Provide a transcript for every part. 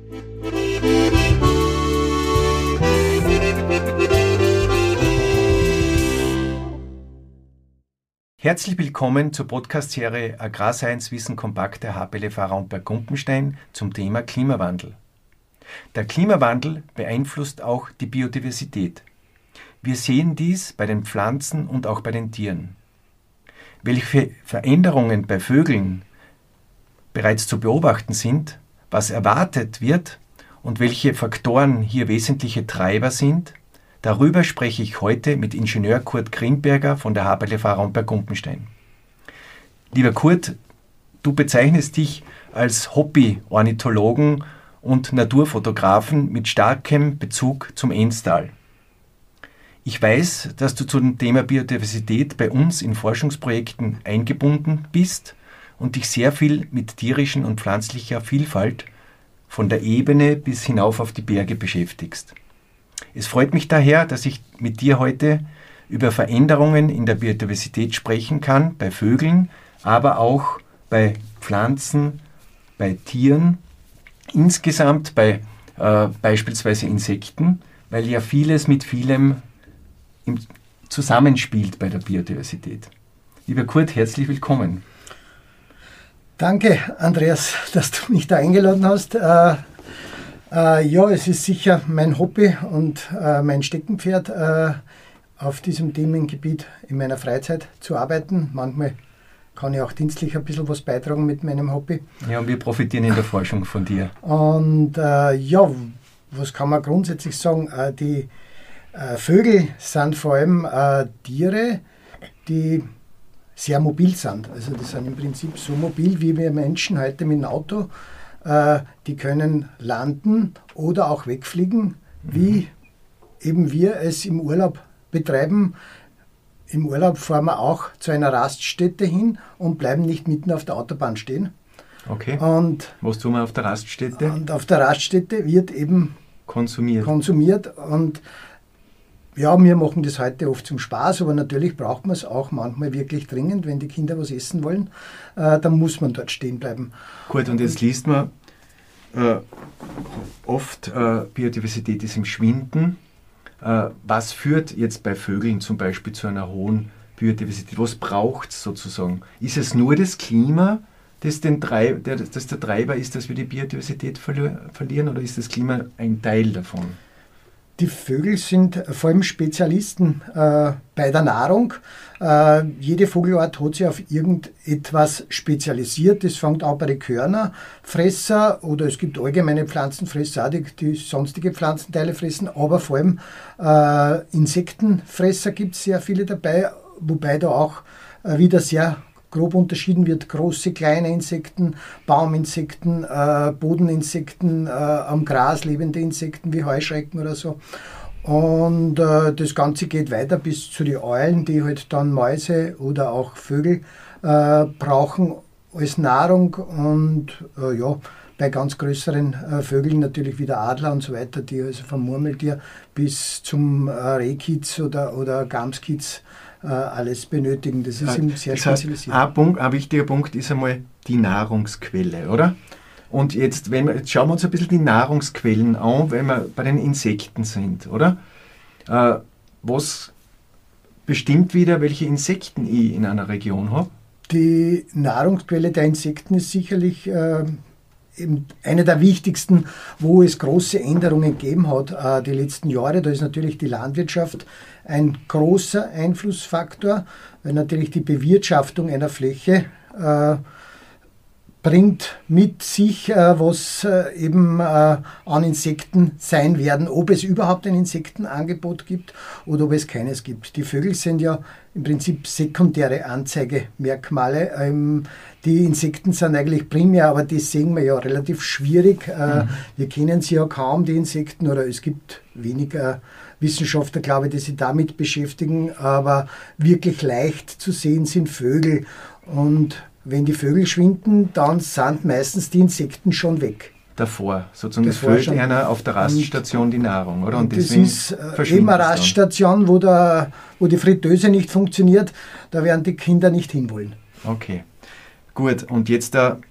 Herzlich willkommen zur Podcast-Serie Agrarscience Wissen Kompakt der HPLV Raumberg-Gumpenstein zum Thema Klimawandel. Der Klimawandel beeinflusst auch die Biodiversität. Wir sehen dies bei den Pflanzen und auch bei den Tieren. Welche Veränderungen bei Vögeln bereits zu beobachten sind, was erwartet wird und welche Faktoren hier wesentliche Treiber sind, darüber spreche ich heute mit Ingenieur Kurt Grimberger von der HPLV Raumberg-Gumpenstein. Lieber Kurt, du bezeichnest dich als Hobby-Ornithologen und Naturfotografen mit starkem Bezug zum Enstal. Ich weiß, dass du zu dem Thema Biodiversität bei uns in Forschungsprojekten eingebunden bist und dich sehr viel mit tierischen und pflanzlicher Vielfalt von der Ebene bis hinauf auf die Berge beschäftigst. Es freut mich daher, dass ich mit dir heute über Veränderungen in der Biodiversität sprechen kann, bei Vögeln, aber auch bei Pflanzen, bei Tieren, insgesamt bei beispielsweise Insekten, weil ja vieles mit vielem zusammenspielt bei der Biodiversität. Lieber Kurt, herzlich willkommen. Danke, Andreas, dass du mich da eingeladen hast. Ja, es ist sicher mein Hobby und mein Steckenpferd, auf diesem Themengebiet in meiner Freizeit zu arbeiten. Manchmal kann ich auch dienstlich ein bisschen was beitragen mit meinem Hobby. Ja, und wir profitieren in der Forschung von dir. Und ja, was kann man grundsätzlich sagen? Die Vögel sind vor allem Tiere, die sehr mobil sind. Also die sind im Prinzip so mobil wie wir Menschen heute mit dem Auto. Die können landen oder auch wegfliegen, wie eben wir es im Urlaub betreiben. Im Urlaub fahren wir auch zu einer Raststätte hin und bleiben nicht mitten auf der Autobahn stehen. Okay. Und was tun wir auf der Raststätte? Und auf der Raststätte wird eben konsumiert. Und ja, wir machen das heute oft zum Spaß, aber natürlich braucht man es auch manchmal wirklich dringend, wenn die Kinder was essen wollen, dann muss man dort stehen bleiben. Gut, und jetzt liest man oft, Biodiversität ist im Schwinden. Was führt jetzt bei Vögeln zum Beispiel zu einer hohen Biodiversität? Was braucht es sozusagen? Ist es nur das Klima, das der Treiber ist, dass wir die Biodiversität verlieren, oder ist das Klima ein Teil davon? Die Vögel sind vor allem Spezialisten bei der Nahrung. Jede Vogelart hat sich auf irgendetwas spezialisiert. Das fängt auch bei den Körnerfresser, oder es gibt allgemeine Pflanzenfresser, die sonstige Pflanzenteile fressen, aber vor allem Insektenfresser gibt es sehr viele dabei, wobei da auch wieder sehr grob unterschieden wird: große, kleine Insekten, Bauminsekten, Bodeninsekten, am Gras lebende Insekten wie Heuschrecken oder so. Und das Ganze geht weiter bis zu den Eulen, die halt dann Mäuse oder auch Vögel brauchen als Nahrung. Und ja, bei ganz größeren Vögeln natürlich wie der Adler und so weiter, die also vom Murmeltier bis zum Rehkitz oder Gamskitz alles benötigen. Das ist eben sehr spezialisiert. Ein wichtiger Punkt ist einmal die Nahrungsquelle, oder? Und jetzt schauen wir uns ein bisschen die Nahrungsquellen an, wenn wir bei den Insekten sind, oder? Was bestimmt wieder, welche Insekten ich in einer Region habe? Die Nahrungsquelle der Insekten ist sicherlich eine der wichtigsten, wo es große Änderungen gegeben hat die letzten Jahre. Da ist natürlich die Landwirtschaft ein großer Einflussfaktor, weil natürlich die Bewirtschaftung einer Fläche bringt mit sich, was eben an Insekten sein werden, ob es überhaupt ein Insektenangebot gibt oder ob es keines gibt. Die Vögel sind ja im Prinzip sekundäre Anzeigemerkmale. Die Insekten sind eigentlich primär, aber das sehen wir ja relativ schwierig. Wir kennen sie ja kaum, die Insekten, oder es gibt weniger Wissenschaftler, glaube ich, die sich damit beschäftigen, aber wirklich leicht zu sehen sind Vögel. Und wenn die Vögel schwinden, dann sind meistens die Insekten schon weg. Davor, sozusagen, es fehlt einer auf der Raststation die Nahrung, oder? Und das ist eben eine Raststation, wo die Fritteuse nicht funktioniert, da werden die Kinder nicht hinwollen. Okay, gut. Und jetzt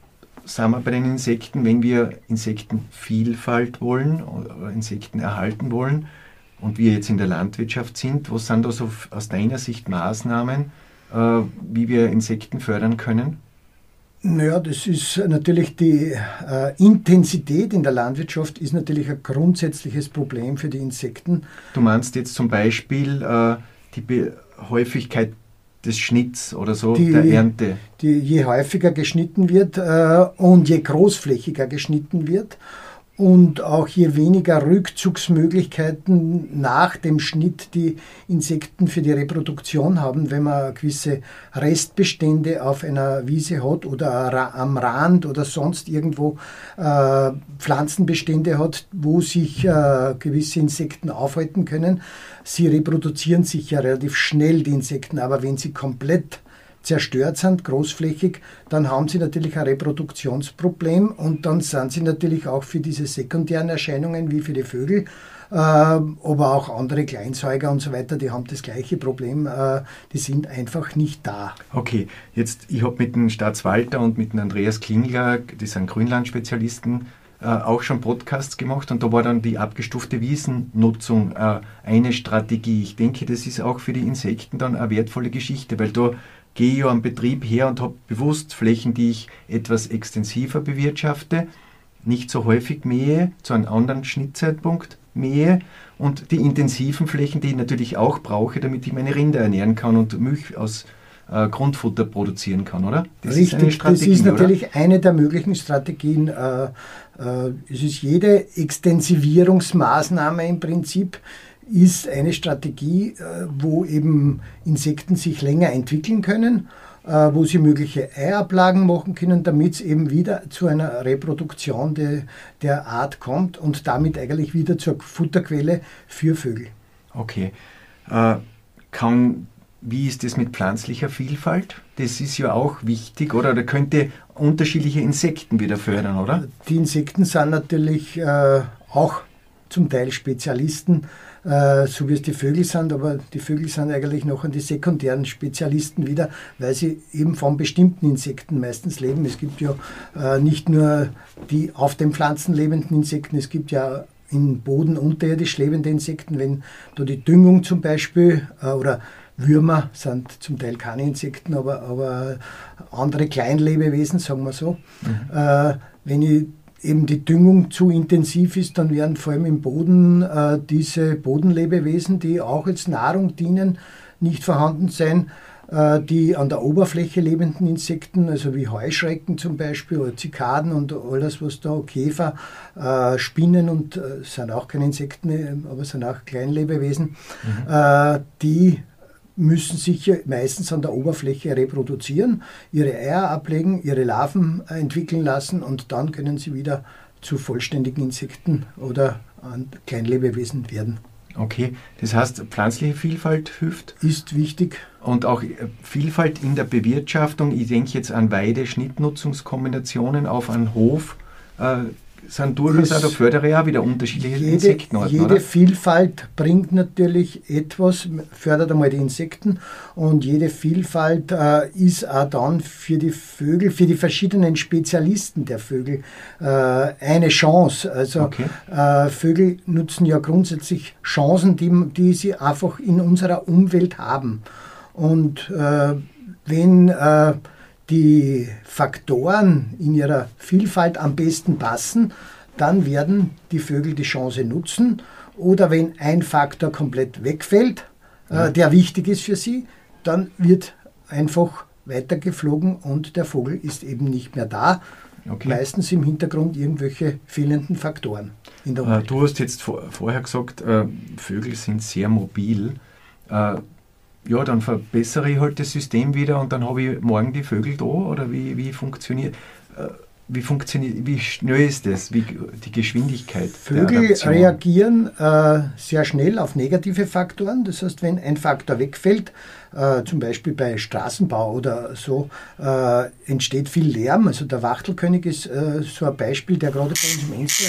sind wir bei den Insekten, wenn wir Insektenvielfalt wollen oder Insekten erhalten wollen und wir jetzt in der Landwirtschaft sind, was sind da so aus deiner Sicht Maßnahmen, wie wir Insekten fördern können? Naja, das ist natürlich die Intensität in der Landwirtschaft ist natürlich ein grundsätzliches Problem für die Insekten. Du meinst jetzt zum Beispiel die Häufigkeit des Schnitts oder so, der Ernte? Je häufiger geschnitten wird und je großflächiger geschnitten wird und auch je weniger Rückzugsmöglichkeiten nach dem Schnitt die Insekten für die Reproduktion haben, wenn man gewisse Restbestände auf einer Wiese hat oder am Rand oder sonst irgendwo Pflanzenbestände hat, wo sich gewisse Insekten aufhalten können. Sie reproduzieren sich ja relativ schnell, die Insekten, aber wenn sie komplett zerstört sind, großflächig, dann haben sie natürlich ein Reproduktionsproblem und dann sind sie natürlich auch für diese sekundären Erscheinungen wie für die Vögel, aber auch andere Kleinsäuger und so weiter, die haben das gleiche Problem, die sind einfach nicht da. Okay, jetzt, ich habe mit dem Staatswalter und mit dem Andreas Klingler, die sind Grünlandspezialisten, auch schon Podcasts gemacht und da war dann die abgestufte Wiesennutzung eine Strategie. Ich denke, das ist auch für die Insekten dann eine wertvolle Geschichte, weil da gehe ich ja am Betrieb her und habe bewusst Flächen, die ich etwas extensiver bewirtschafte, nicht so häufig mähe, zu einem anderen Schnittzeitpunkt mähe und die intensiven Flächen, die ich natürlich auch brauche, damit ich meine Rinder ernähren kann und Milch aus Grundfutter produzieren kann, oder? Das Richtig, ist eine Strategie, das ist natürlich oder? Eine der möglichen Strategien. Es ist jede Extensivierungsmaßnahme im Prinzip ist eine Strategie, wo eben Insekten sich länger entwickeln können, wo sie mögliche Eiablagen machen können, damit es eben wieder zu einer Reproduktion der Art kommt und damit eigentlich wieder zur Futterquelle für Vögel. Okay. Wie ist das mit pflanzlicher Vielfalt? Das ist ja auch wichtig, oder? Da könnte unterschiedliche Insekten wieder fördern, oder? Die Insekten sind natürlich auch zum Teil Spezialisten, so wie es die Vögel sind, aber die Vögel sind eigentlich noch an die sekundären Spezialisten wieder, weil sie eben von bestimmten Insekten meistens leben. Es gibt ja nicht nur die auf den Pflanzen lebenden Insekten, es gibt ja im Boden unterirdisch lebende Insekten, wenn da die Düngung zum Beispiel oder Würmer sind zum Teil keine Insekten, aber andere Kleinlebewesen, sagen wir so. Wenn eben die Düngung zu intensiv ist, dann werden vor allem im Boden diese Bodenlebewesen, die auch als Nahrung dienen, nicht vorhanden sein. Die an der Oberfläche lebenden Insekten, also wie Heuschrecken zum Beispiel oder Zikaden und alles, was da, Käfer, Spinnen und sind auch keine Insekten, aber sind auch Kleinlebewesen, die müssen sich meistens an der Oberfläche reproduzieren, ihre Eier ablegen, ihre Larven entwickeln lassen und dann können sie wieder zu vollständigen Insekten oder Kleinlebewesen werden. Okay, das heißt, pflanzliche Vielfalt hilft? Ist wichtig. Und auch Vielfalt in der Bewirtschaftung, ich denke jetzt an Weide-Schnittnutzungskombinationen auf einen Hof, sind durchaus auch, da fördere ja wieder unterschiedliche Insektenarten, jede oder? Vielfalt bringt natürlich etwas, fördert einmal die Insekten und jede Vielfalt ist auch dann für die Vögel, für die verschiedenen Spezialisten der Vögel eine Chance. Also okay. Vögel nutzen ja grundsätzlich Chancen, die sie einfach in unserer Umwelt haben. Und wenn die Faktoren in ihrer Vielfalt am besten passen, dann werden die Vögel die Chance nutzen. Oder wenn ein Faktor komplett wegfällt, der wichtig ist für sie, dann wird einfach weitergeflogen und der Vogel ist eben nicht mehr da. Okay. Meistens im Hintergrund irgendwelche fehlenden Faktoren in der Umwelt. Du hast jetzt vorher gesagt, Vögel sind sehr mobil. Ja, dann verbessere ich halt das System wieder und dann habe ich morgen die Vögel da, oder wie funktioniert, wie schnell ist das, wie die Geschwindigkeit Vögel der Adaption? Reagieren sehr schnell auf negative Faktoren, das heißt, wenn ein Faktor wegfällt, zum Beispiel bei Straßenbau oder so, entsteht viel Lärm, also der Wachtelkönig ist so ein Beispiel, der gerade bei uns im Enzel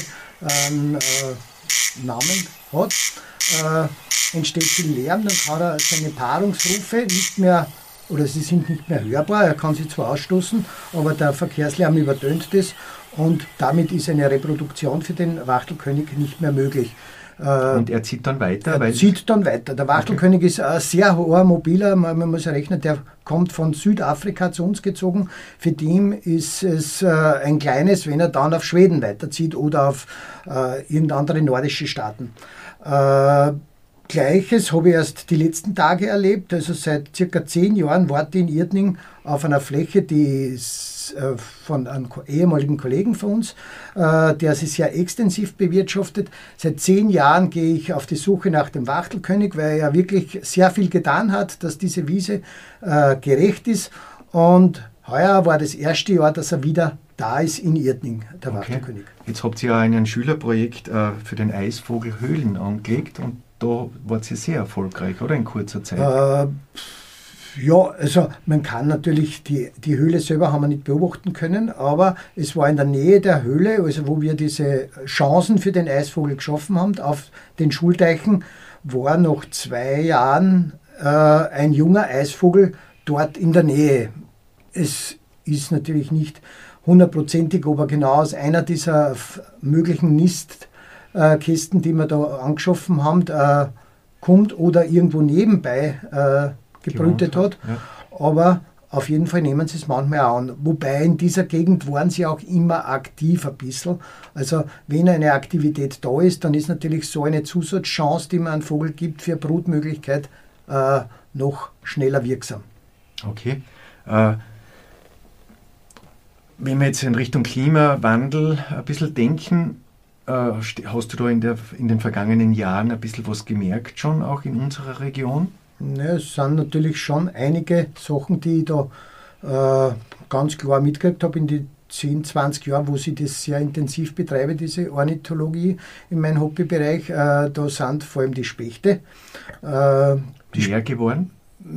Namen hat, entsteht viel Lärm, dann kann er seine Paarungsrufe nicht mehr oder sie sind nicht mehr hörbar. Er kann sie zwar ausstoßen, aber der Verkehrslärm übertönt das und damit ist eine Reproduktion für den Wachtelkönig nicht mehr möglich. Und er zieht dann weiter? Der Wachtelkönig ist ein sehr hoher Mobiler, man muss ja rechnen, der kommt von Südafrika zu uns gezogen. Für den ist es ein kleines, wenn er dann auf Schweden weiterzieht oder auf irgendeine andere nordische Staaten. Gleiches habe ich erst die letzten Tage erlebt. Also seit circa 10 Jahren warte ich in Irtning auf einer Fläche, die ist von einem ehemaligen Kollegen von uns, der sie sehr extensiv bewirtschaftet. Seit 10 Jahren gehe ich auf die Suche nach dem Wachtelkönig, weil er wirklich sehr viel getan hat, dass diese Wiese gerecht ist. Und heuer war das erste Jahr, dass er wieder da ist in Irtning, der Wachtelkönig. Jetzt habt ihr ja ein Schülerprojekt für den Eisvogel Höhlen angelegt und da wart ihr sehr erfolgreich, oder in kurzer Zeit? Ja, also man kann natürlich, die Höhle selber haben wir nicht beobachten können, aber es war in der Nähe der Höhle, also wo wir diese Chancen für den Eisvogel geschaffen haben, auf den Schulteichen, war nach 2 Jahren ein junger Eisvogel dort in der Nähe. Es ist natürlich nicht hundertprozentig, ob er genau aus einer dieser möglichen Nistkästen, die wir da angeschaffen haben, kommt oder irgendwo nebenbei gebrütet hat. Ja. Aber auf jeden Fall nehmen sie es manchmal an. Wobei in dieser Gegend waren sie auch immer aktiv ein bisschen. Also wenn eine Aktivität da ist, dann ist natürlich so eine Zusatzchance, die man einem Vogel gibt für Brutmöglichkeit, noch schneller wirksam. Okay. Wenn wir jetzt in Richtung Klimawandel ein bisschen denken, hast du da in den vergangenen Jahren ein bisschen was gemerkt schon, auch in unserer Region? Ja, es sind natürlich schon einige Sachen, die ich da ganz klar mitgekriegt habe in den 10, 20 Jahren, wo ich das sehr intensiv betreibe, diese Ornithologie in meinem Hobbybereich. Da sind vor allem die Spechte. Mehr geworden?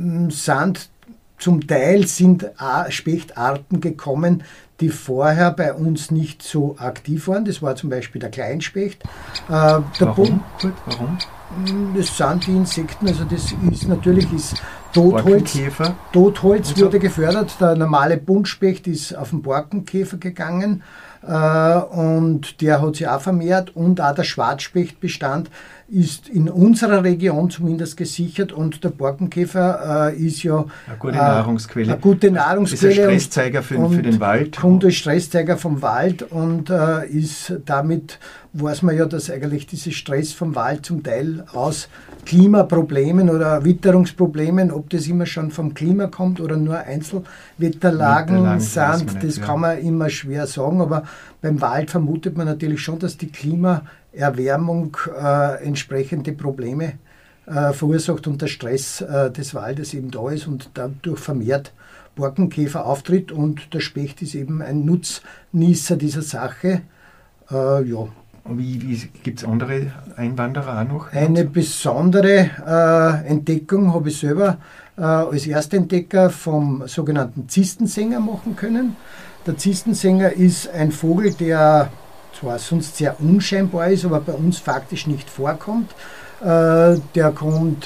Zum Teil sind Spechtarten gekommen, die vorher bei uns nicht so aktiv waren. Das war zum Beispiel der Kleinspecht. Warum? Das sind die Insekten, also das ist natürlich Totholz. Totholz wurde gefördert. Der normale Buntspecht ist auf den Borkenkäfer gegangen und der hat sich auch vermehrt und auch der Schwarzspechtbestand ist in unserer Region zumindest gesichert und der Borkenkäfer ist ja eine gute Nahrungsquelle. Ist ein Stresszeiger für den Wald. Kommt als Stresszeiger vom Wald und ist damit, weiß man ja, dass eigentlich dieser Stress vom Wald zum Teil aus Klimaproblemen oder Witterungsproblemen, ob das immer schon vom Klima kommt oder nur Einzelwetterlagen sind, das kann man immer schwer sagen, aber beim Wald vermutet man natürlich schon, dass die Klimaerwärmung entsprechende Probleme verursacht und der Stress des Waldes eben da ist und dadurch vermehrt Borkenkäfer auftritt und der Specht ist eben ein Nutznießer dieser Sache. Ja. Wie gibt es andere Einwanderer auch noch? Eine besondere Entdeckung habe ich selber als Erstentdecker vom sogenannten Zistensänger machen können. Der Zistensänger ist ein Vogel, der zwar sonst sehr unscheinbar ist, aber bei uns faktisch nicht vorkommt. Der kommt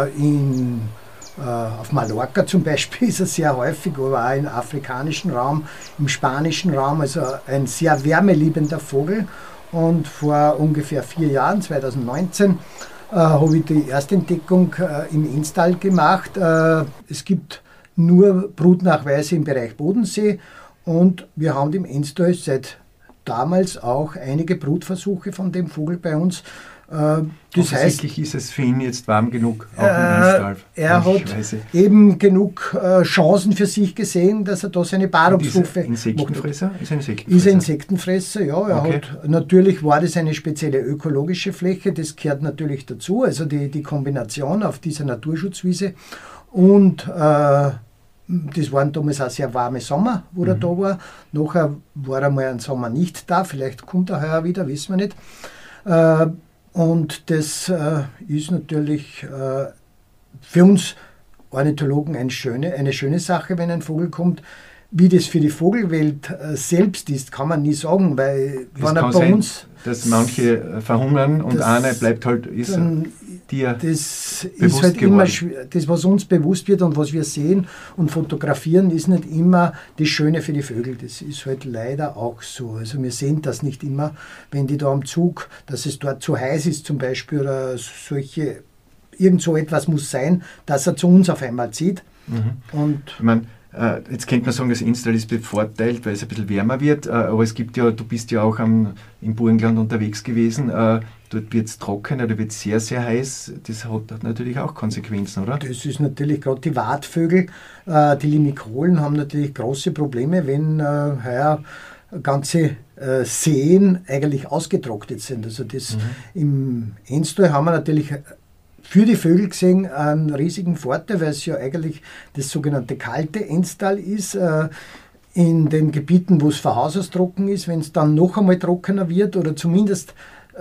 auf Mallorca zum Beispiel ist er sehr häufig, aber auch im afrikanischen Raum, im spanischen Raum, also ein sehr wärmeliebender Vogel. Und vor ungefähr 4 Jahren, 2019, habe ich die Erstentdeckung im Enstal gemacht. Es gibt nur Brutnachweise im Bereich Bodensee und wir haben im Enstal seit damals auch einige Brutversuche von dem Vogel bei uns. Das heißt, ist es für ihn jetzt warm genug, auch im Enstal. Er hat eben genug Chancen für sich gesehen, dass er da seine Paarungsrufe Insektenfresser? Ist ein Insektenfresser? Ist ein Insektenfresser, ja. Natürlich war das eine spezielle ökologische Fläche, das gehört natürlich dazu, also die Kombination auf dieser Naturschutzwiese und das waren damals auch sehr warme Sommer, wo er da war. Nachher war er mal einen Sommer nicht da, vielleicht kommt er heuer wieder, wissen wir nicht. Und das ist natürlich für uns Ornithologen eine schöne Sache, wenn ein Vogel kommt. Wie das für die Vogelwelt selbst ist, kann man nie sagen, weil wenn er bei uns... Dass manche verhungern und einer bleibt halt, ist dir das bewusst ist halt geworden. immer das, was uns bewusst wird und was wir sehen und fotografieren, ist nicht immer das Schöne für die Vögel. Das ist halt leider auch so. Also wir sehen das nicht immer, wenn die da am Zug, dass es dort zu heiß ist zum Beispiel oder solche, irgend so etwas muss sein, dass er zu uns auf einmal zieht. Und ich meine, jetzt könnte man sagen, das Instal ist bevorteilt, weil es ein bisschen wärmer wird, aber es gibt ja, du bist ja auch im Burgenland unterwegs gewesen, dort wird es trocken oder wird es sehr, sehr heiß, das hat natürlich auch Konsequenzen, oder? Das ist natürlich gerade die Wartvögel, die Limikolen haben natürlich große Probleme, wenn heuer ganze Seen eigentlich ausgetrocknet sind. Also das im Enstal haben wir natürlich für die Vögel gesehen einen riesigen Vorteil, weil es ja eigentlich das sogenannte kalte Enstal ist. In den Gebieten, wo es von Haus aus trocken ist, wenn es dann noch einmal trockener wird oder zumindest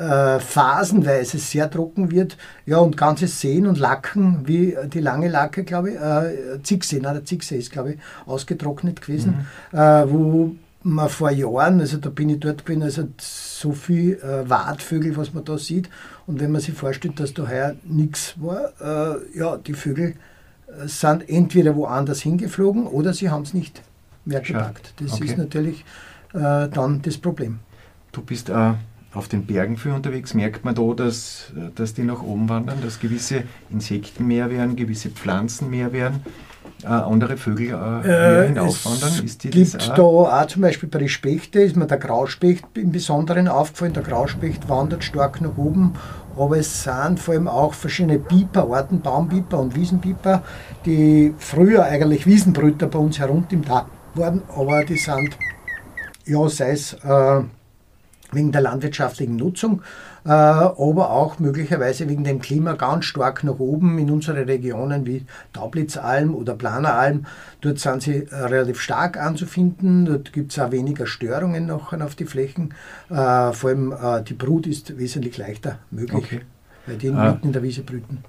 phasenweise sehr trocken wird, ja, und ganze Seen und Lacken, wie die Lange Lacke, glaube ich, Zicksee, der Zicksee ist, glaube ich, ausgetrocknet gewesen, wo man vor Jahren, also da bin ich dort gewesen, also so viel Wartvögel, was man da sieht. Und wenn man sich vorstellt, dass da heuer nichts war, ja, die Vögel sind entweder woanders hingeflogen oder sie haben es nicht mehr gepackt. Das ist natürlich dann das Problem. Du bist auf den Bergen viel unterwegs. Merkt man da, dass die nach oben wandern, dass gewisse Insekten mehr werden, gewisse Pflanzen mehr werden? Andere Vögel höher hinaufwandern? Es gibt da auch zum Beispiel bei den Spechte, ist mir der Grauspecht im Besonderen aufgefallen. Der Grauspecht wandert stark nach oben, aber es sind vor allem auch verschiedene Piperarten, Baumpiper und Wiesenpiper, die früher eigentlich Wiesenbrüter bei uns herunter waren, aber die sind, ja, sei es wegen der landwirtschaftlichen Nutzung, aber auch möglicherweise wegen dem Klima ganz stark nach oben in unsere Regionen wie Taublitzalm oder Planeralm. Dort sind sie relativ stark anzufinden, dort gibt es auch weniger Störungen nachher auf die Flächen. Vor allem die Brut ist wesentlich leichter möglich, weil die mitten in der Wiese brüten.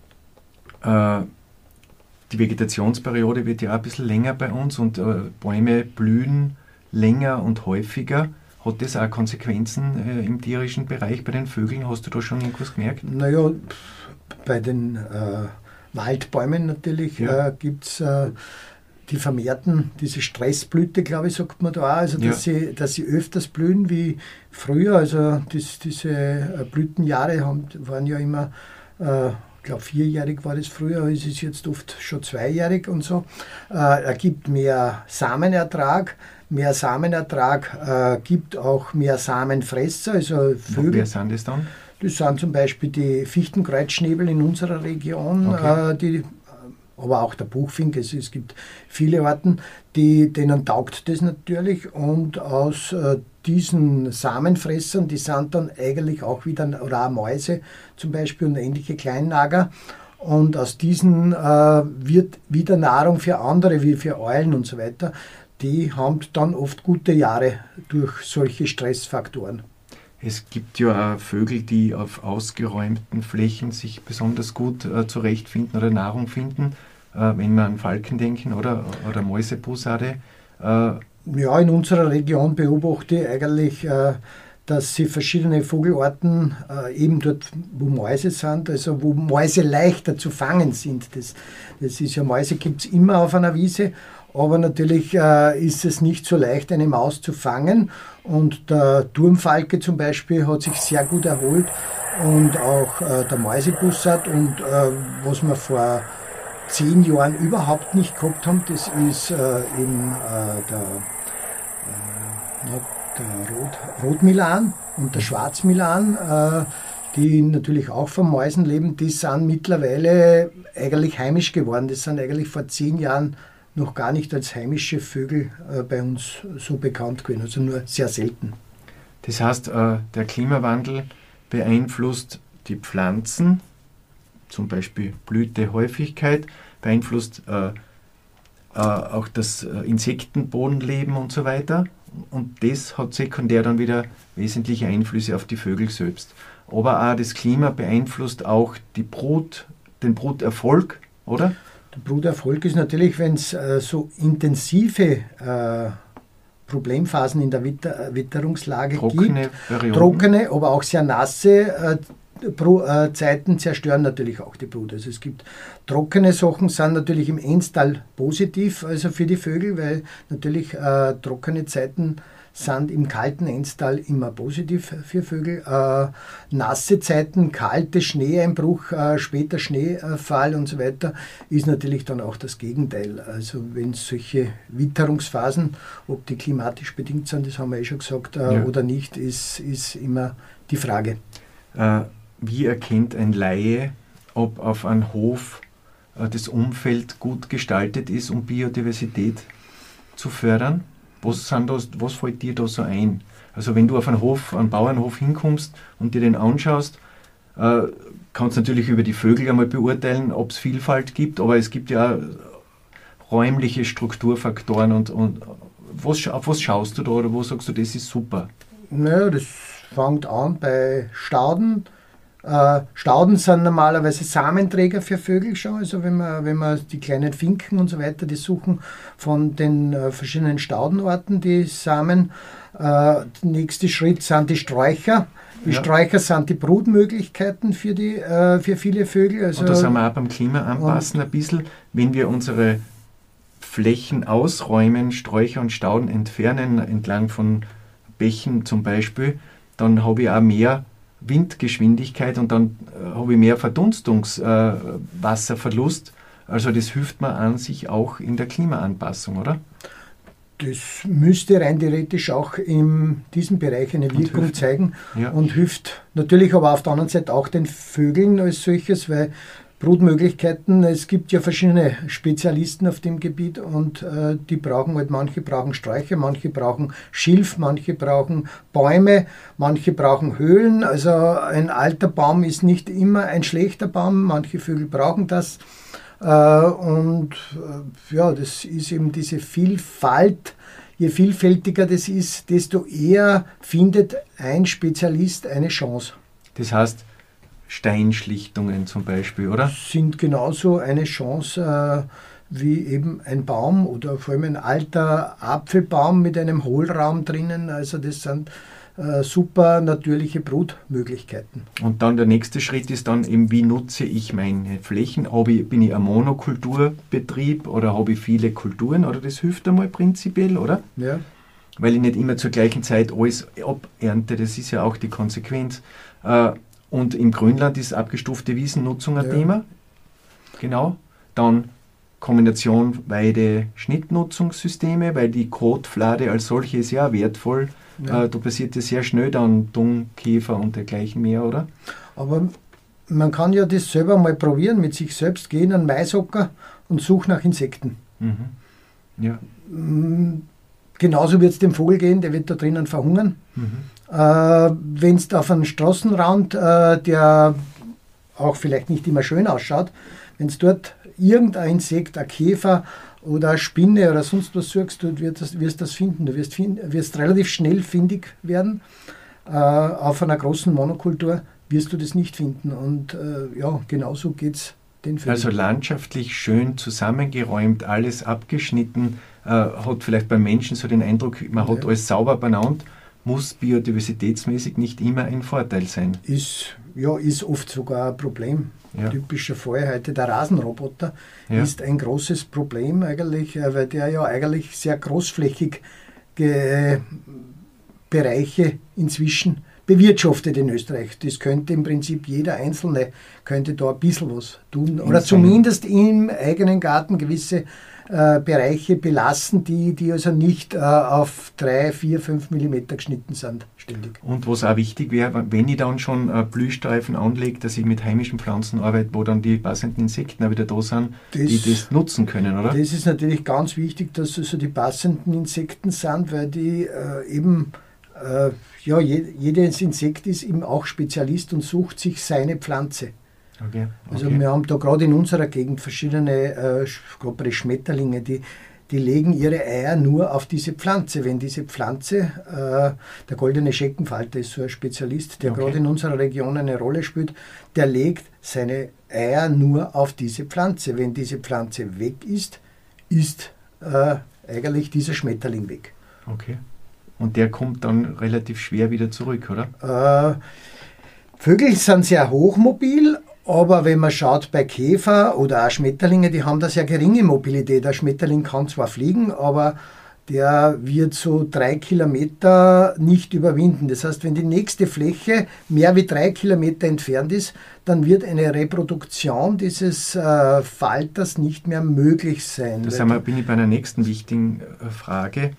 Die Vegetationsperiode wird ja auch ein bisschen länger bei uns und Bäume blühen länger und häufiger. Hat das auch Konsequenzen im tierischen Bereich bei den Vögeln? Hast du da schon irgendwas gemerkt? Naja, bei den Waldbäumen natürlich gibt es die vermehrten, diese Stressblüte, glaube ich, sagt man da auch, also dass sie öfters blühen wie früher. Also diese Blütenjahre waren ja immer, ich glaube 4-jährig war das früher, es ist jetzt oft schon 2-jährig und so. Ergibt mehr Samenertrag. Mehr Samenertrag gibt auch mehr Samenfresser, also Vögel. Wer sind das dann? Das sind zum Beispiel die Fichtenkreuzschnäbel in unserer Region, aber auch der Buchfink. Es gibt viele Arten, denen taugt das natürlich. Und aus diesen Samenfressern, die sind dann eigentlich auch wieder, oder auch Mäuse zum Beispiel und ähnliche Kleinnager. Und aus diesen wird wieder Nahrung für andere, wie für Eulen und so weiter. Die haben dann oft gute Jahre durch solche Stressfaktoren. Es gibt ja auch Vögel, die auf ausgeräumten Flächen sich besonders gut zurechtfinden oder Nahrung finden, wenn wir an Falken denken oder Mäusebussarde. Ja, in unserer Region beobachte ich eigentlich, dass sie verschiedene Vogelarten eben dort, wo Mäuse sind, also wo Mäuse leichter zu fangen sind. Das ist ja, Mäuse gibt es immer auf einer Wiese. Aber natürlich ist es nicht so leicht, eine Maus zu fangen. Und der Turmfalke zum Beispiel hat sich sehr gut erholt und auch der Mäusebussard. Und was wir vor 10 Jahren überhaupt nicht gehabt haben, das ist eben der Rotmilan und der Schwarzmilan, die natürlich auch von Mäusen leben. Die sind mittlerweile eigentlich heimisch geworden. Das sind eigentlich vor 10 Jahren noch gar nicht als heimische Vögel bei uns so bekannt gewesen, also nur sehr selten. Das heißt, der Klimawandel beeinflusst die Pflanzen, zum Beispiel Blütehäufigkeit, beeinflusst auch das Insektenbodenleben und so weiter. Und das hat sekundär dann wieder wesentliche Einflüsse auf die Vögel selbst. Aber auch das Klima beeinflusst auch den Bruterfolg, oder? Der Bruterfolg ist natürlich, wenn es so intensive Problemphasen in der Witterungslage gibt, trockene, aber auch sehr nasse Zeiten zerstören natürlich auch die Brut. Also es gibt trockene Sachen, sind natürlich im Enstal positiv, also für die Vögel, weil natürlich trockene Zeiten sind im kalten Enstal immer positiv für Vögel. Nasse Zeiten, kalte Schneeeinbruch, später Schneefall und so weiter, ist natürlich dann auch das Gegenteil. Also wenn solche Witterungsphasen, ob die klimatisch bedingt sind, das haben wir schon gesagt, oder nicht, ist immer die Frage. Wie erkennt ein Laie, ob auf einem Hof das Umfeld gut gestaltet ist, um Biodiversität zu fördern? Was fällt dir da so ein? Also wenn du auf einen Bauernhof hinkommst und dir den anschaust, kannst du natürlich über die Vögel einmal beurteilen, ob es Vielfalt gibt, aber es gibt ja auch räumliche Strukturfaktoren und auf was schaust du da oder wo sagst du, das ist super? Naja, das fängt an bei Stauden. Stauden sind normalerweise Samenträger für Vögel schon, also wenn man die kleinen Finken und so weiter, die suchen von den verschiedenen Staudenorten die Samen. Der nächste Schritt sind die Sträucher. Die Sträucher sind die Brutmöglichkeiten für viele Vögel. Also und da sind wir auch beim Klimaanpassen ein bisschen, wenn wir unsere Flächen ausräumen, Sträucher und Stauden entfernen, entlang von Bächen zum Beispiel, dann habe ich auch mehr Windgeschwindigkeit und dann habe ich mehr Verdunstungswasserverlust. Also das hilft mir an sich auch in der Klimaanpassung, oder? Das müsste rein theoretisch auch in diesem Bereich eine Wirkung zeigen und hilft natürlich aber auf der anderen Seite auch den Vögeln als solches, weil Brutmöglichkeiten, es gibt ja verschiedene Spezialisten auf dem Gebiet und die brauchen halt, manche brauchen Sträucher, manche brauchen Schilf, manche brauchen Bäume, manche brauchen Höhlen. Also ein alter Baum ist nicht immer ein schlechter Baum, manche Vögel brauchen das. Das ist eben diese Vielfalt. Je vielfältiger das ist, desto eher findet ein Spezialist eine Chance. Das heißt, Steinschlichtungen zum Beispiel, oder? Sind genauso eine Chance wie eben ein Baum oder vor allem ein alter Apfelbaum mit einem Hohlraum drinnen. Also das sind super natürliche Brutmöglichkeiten. Und dann der nächste Schritt ist dann eben, wie nutze ich meine Flächen? Bin ich ein Monokulturbetrieb oder habe ich viele Kulturen? Oder das hilft einmal prinzipiell, oder? Ja. Weil ich nicht immer zur gleichen Zeit alles abernte, das ist ja auch die Konsequenz. Und im Grünland ist abgestufte Wiesennutzung ein Thema. Genau. Dann Kombination Weide-Schnittnutzungssysteme, weil die Kotflade als solche ist ja wertvoll. Ja. Da passiert ja sehr schnell dann Dung, Käfer und dergleichen mehr, oder? Aber man kann ja das selber mal probieren mit sich selbst. Gehen an Maishocker und suchen nach Insekten. Mhm. Ja. Genauso wird es dem Vogel gehen, der wird da drinnen verhungern. Mhm. Wenn es auf einen Straßenrand, der auch vielleicht nicht immer schön ausschaut, wenn es dort irgendein Insekt, ein Käfer oder eine Spinne oder sonst was suchst, du wirst das finden. Du wirst relativ schnell findig werden. Auf einer großen Monokultur wirst du das nicht finden. Und genauso geht es den Vögeln. Also landschaftlich schön zusammengeräumt, alles abgeschnitten, hat vielleicht beim Menschen so den Eindruck, man hat alles sauber benannt, muss biodiversitätsmäßig nicht immer ein Vorteil sein. Ist oft sogar ein Problem. Ja. Typischer Fall heute der Rasenroboter ist ein großes Problem eigentlich, weil der ja eigentlich sehr großflächig Bereiche inzwischen bewirtschaftet in Österreich. Das könnte im Prinzip jeder Einzelne könnte da ein bisschen was tun oder zumindest im eigenen Garten gewisse Bereiche belassen, die also nicht auf 3, 4, 5 Millimeter geschnitten sind ständig. Und was auch wichtig wäre, wenn ich dann schon Blühstreifen anlege, dass ich mit heimischen Pflanzen arbeite, wo dann die passenden Insekten auch wieder da sind, die das nutzen können, oder? Das ist natürlich ganz wichtig, dass also die passenden Insekten sind, weil die jedes Insekt ist eben auch Spezialist und sucht sich seine Pflanze. Okay. Also wir haben da gerade in unserer Gegend verschiedene, gerade bei den Schmetterlingen, die die legen ihre Eier nur auf diese Pflanze. Wenn diese Pflanze, der goldene Scheckenfalter ist so ein Spezialist, der gerade in unserer Region eine Rolle spielt, der legt seine Eier nur auf diese Pflanze. Wenn diese Pflanze weg ist, ist eigentlich dieser Schmetterling weg. Okay. Und der kommt dann relativ schwer wieder zurück, oder? Vögel sind sehr hochmobil, aber wenn man schaut bei Käfer oder auch Schmetterlinge, die haben da sehr geringe Mobilität. Der Schmetterling kann zwar fliegen, aber der wird so 3 Kilometer nicht überwinden. Das heißt, wenn die nächste Fläche mehr wie 3 Kilometer entfernt ist, dann wird eine Reproduktion dieses Falters nicht mehr möglich sein. Bin ich bei einer nächsten wichtigen Frage.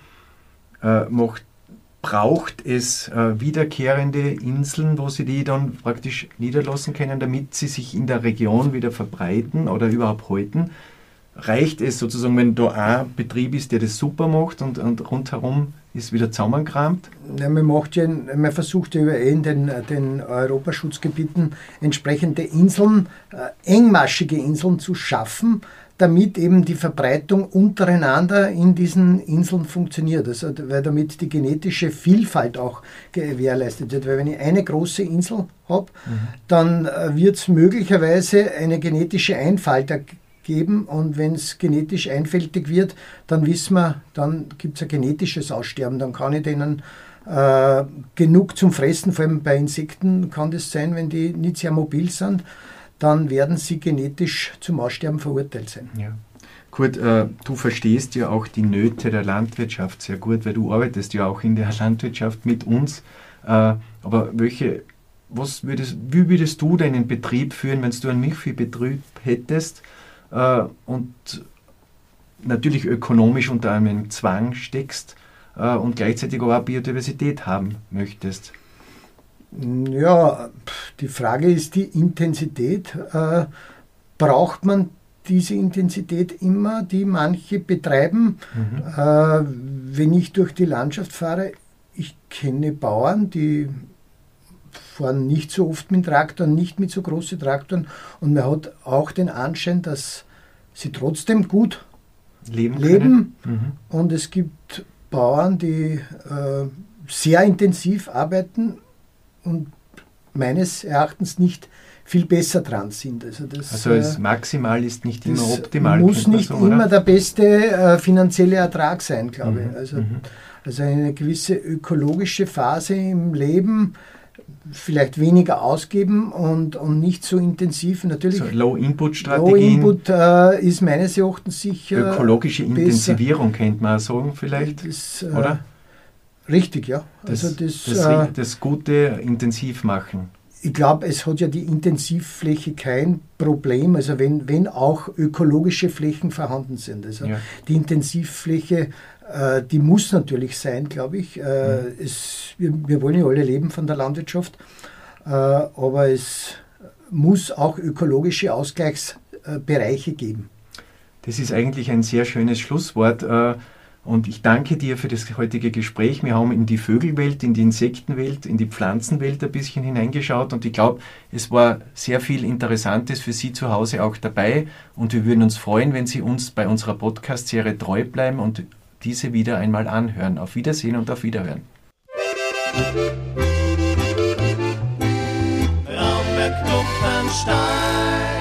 Braucht es wiederkehrende Inseln, wo sie die dann praktisch niederlassen können, damit sie sich in der Region wieder verbreiten oder überhaupt halten? Reicht es sozusagen, wenn da ein Betrieb ist, der das super macht und rundherum ist wieder zusammengekramt? Ja, man versucht ja in den Europaschutzgebieten entsprechende Inseln, engmaschige Inseln zu schaffen, damit eben die Verbreitung untereinander in diesen Inseln funktioniert. Also, weil damit die genetische Vielfalt auch gewährleistet wird. Weil wenn ich eine große Insel habe, dann wird es möglicherweise eine genetische Einfalt geben, und wenn es genetisch einfältig wird, dann wissen wir, dann gibt es ein genetisches Aussterben. Dann kann ich denen genug zum Fressen, vor allem bei Insekten kann das sein, wenn die nicht sehr mobil sind, dann werden sie genetisch zum Aussterben verurteilt sein. Ja. Kurt, du verstehst ja auch die Nöte der Landwirtschaft sehr gut, weil du arbeitest ja auch in der Landwirtschaft mit uns. Aber wie würdest du deinen Betrieb führen, wenn du einen Milchviehbetrieb hättest und natürlich ökonomisch unter einem Zwang steckst und gleichzeitig aber auch Biodiversität haben möchtest? Ja, die Frage ist die Intensität. Braucht man diese Intensität immer, die manche betreiben? Wenn ich durch die Landschaft fahre, ich kenne Bauern, die fahren nicht so oft mit Traktoren, nicht mit so großen Traktoren, und man hat auch den Anschein, dass sie trotzdem gut leben. Und es gibt Bauern, die sehr intensiv arbeiten und meines Erachtens nicht viel besser dran sind. Also das Maximal ist nicht immer optimal. Muss nicht immer der beste finanzielle Ertrag sein, glaube ich. Also eine gewisse ökologische Phase im Leben, vielleicht weniger ausgeben und nicht so intensiv. Natürlich, so Low-Input-Strategien. Low-Input ist meines Erachtens sicher ökologische Intensivierung, könnte man auch sagen vielleicht, oder? Richtig, ja. Das Gute intensiv machen. Ich glaube, es hat ja die Intensivfläche kein Problem, also wenn auch ökologische Flächen vorhanden sind. Also die Intensivfläche, die muss natürlich sein, glaube ich. Wir wollen ja alle leben von der Landwirtschaft, aber es muss auch ökologische Ausgleichsbereiche geben. Das ist eigentlich ein sehr schönes Schlusswort. Und ich danke dir für das heutige Gespräch. Wir haben in die Vögelwelt, in die Insektenwelt, in die Pflanzenwelt ein bisschen hineingeschaut, und ich glaube, es war sehr viel Interessantes für Sie zu Hause auch dabei, und wir würden uns freuen, wenn Sie uns bei unserer Podcast-Serie treu bleiben und diese wieder einmal anhören. Auf Wiedersehen und auf Wiederhören. Raumberg Klumpenstein.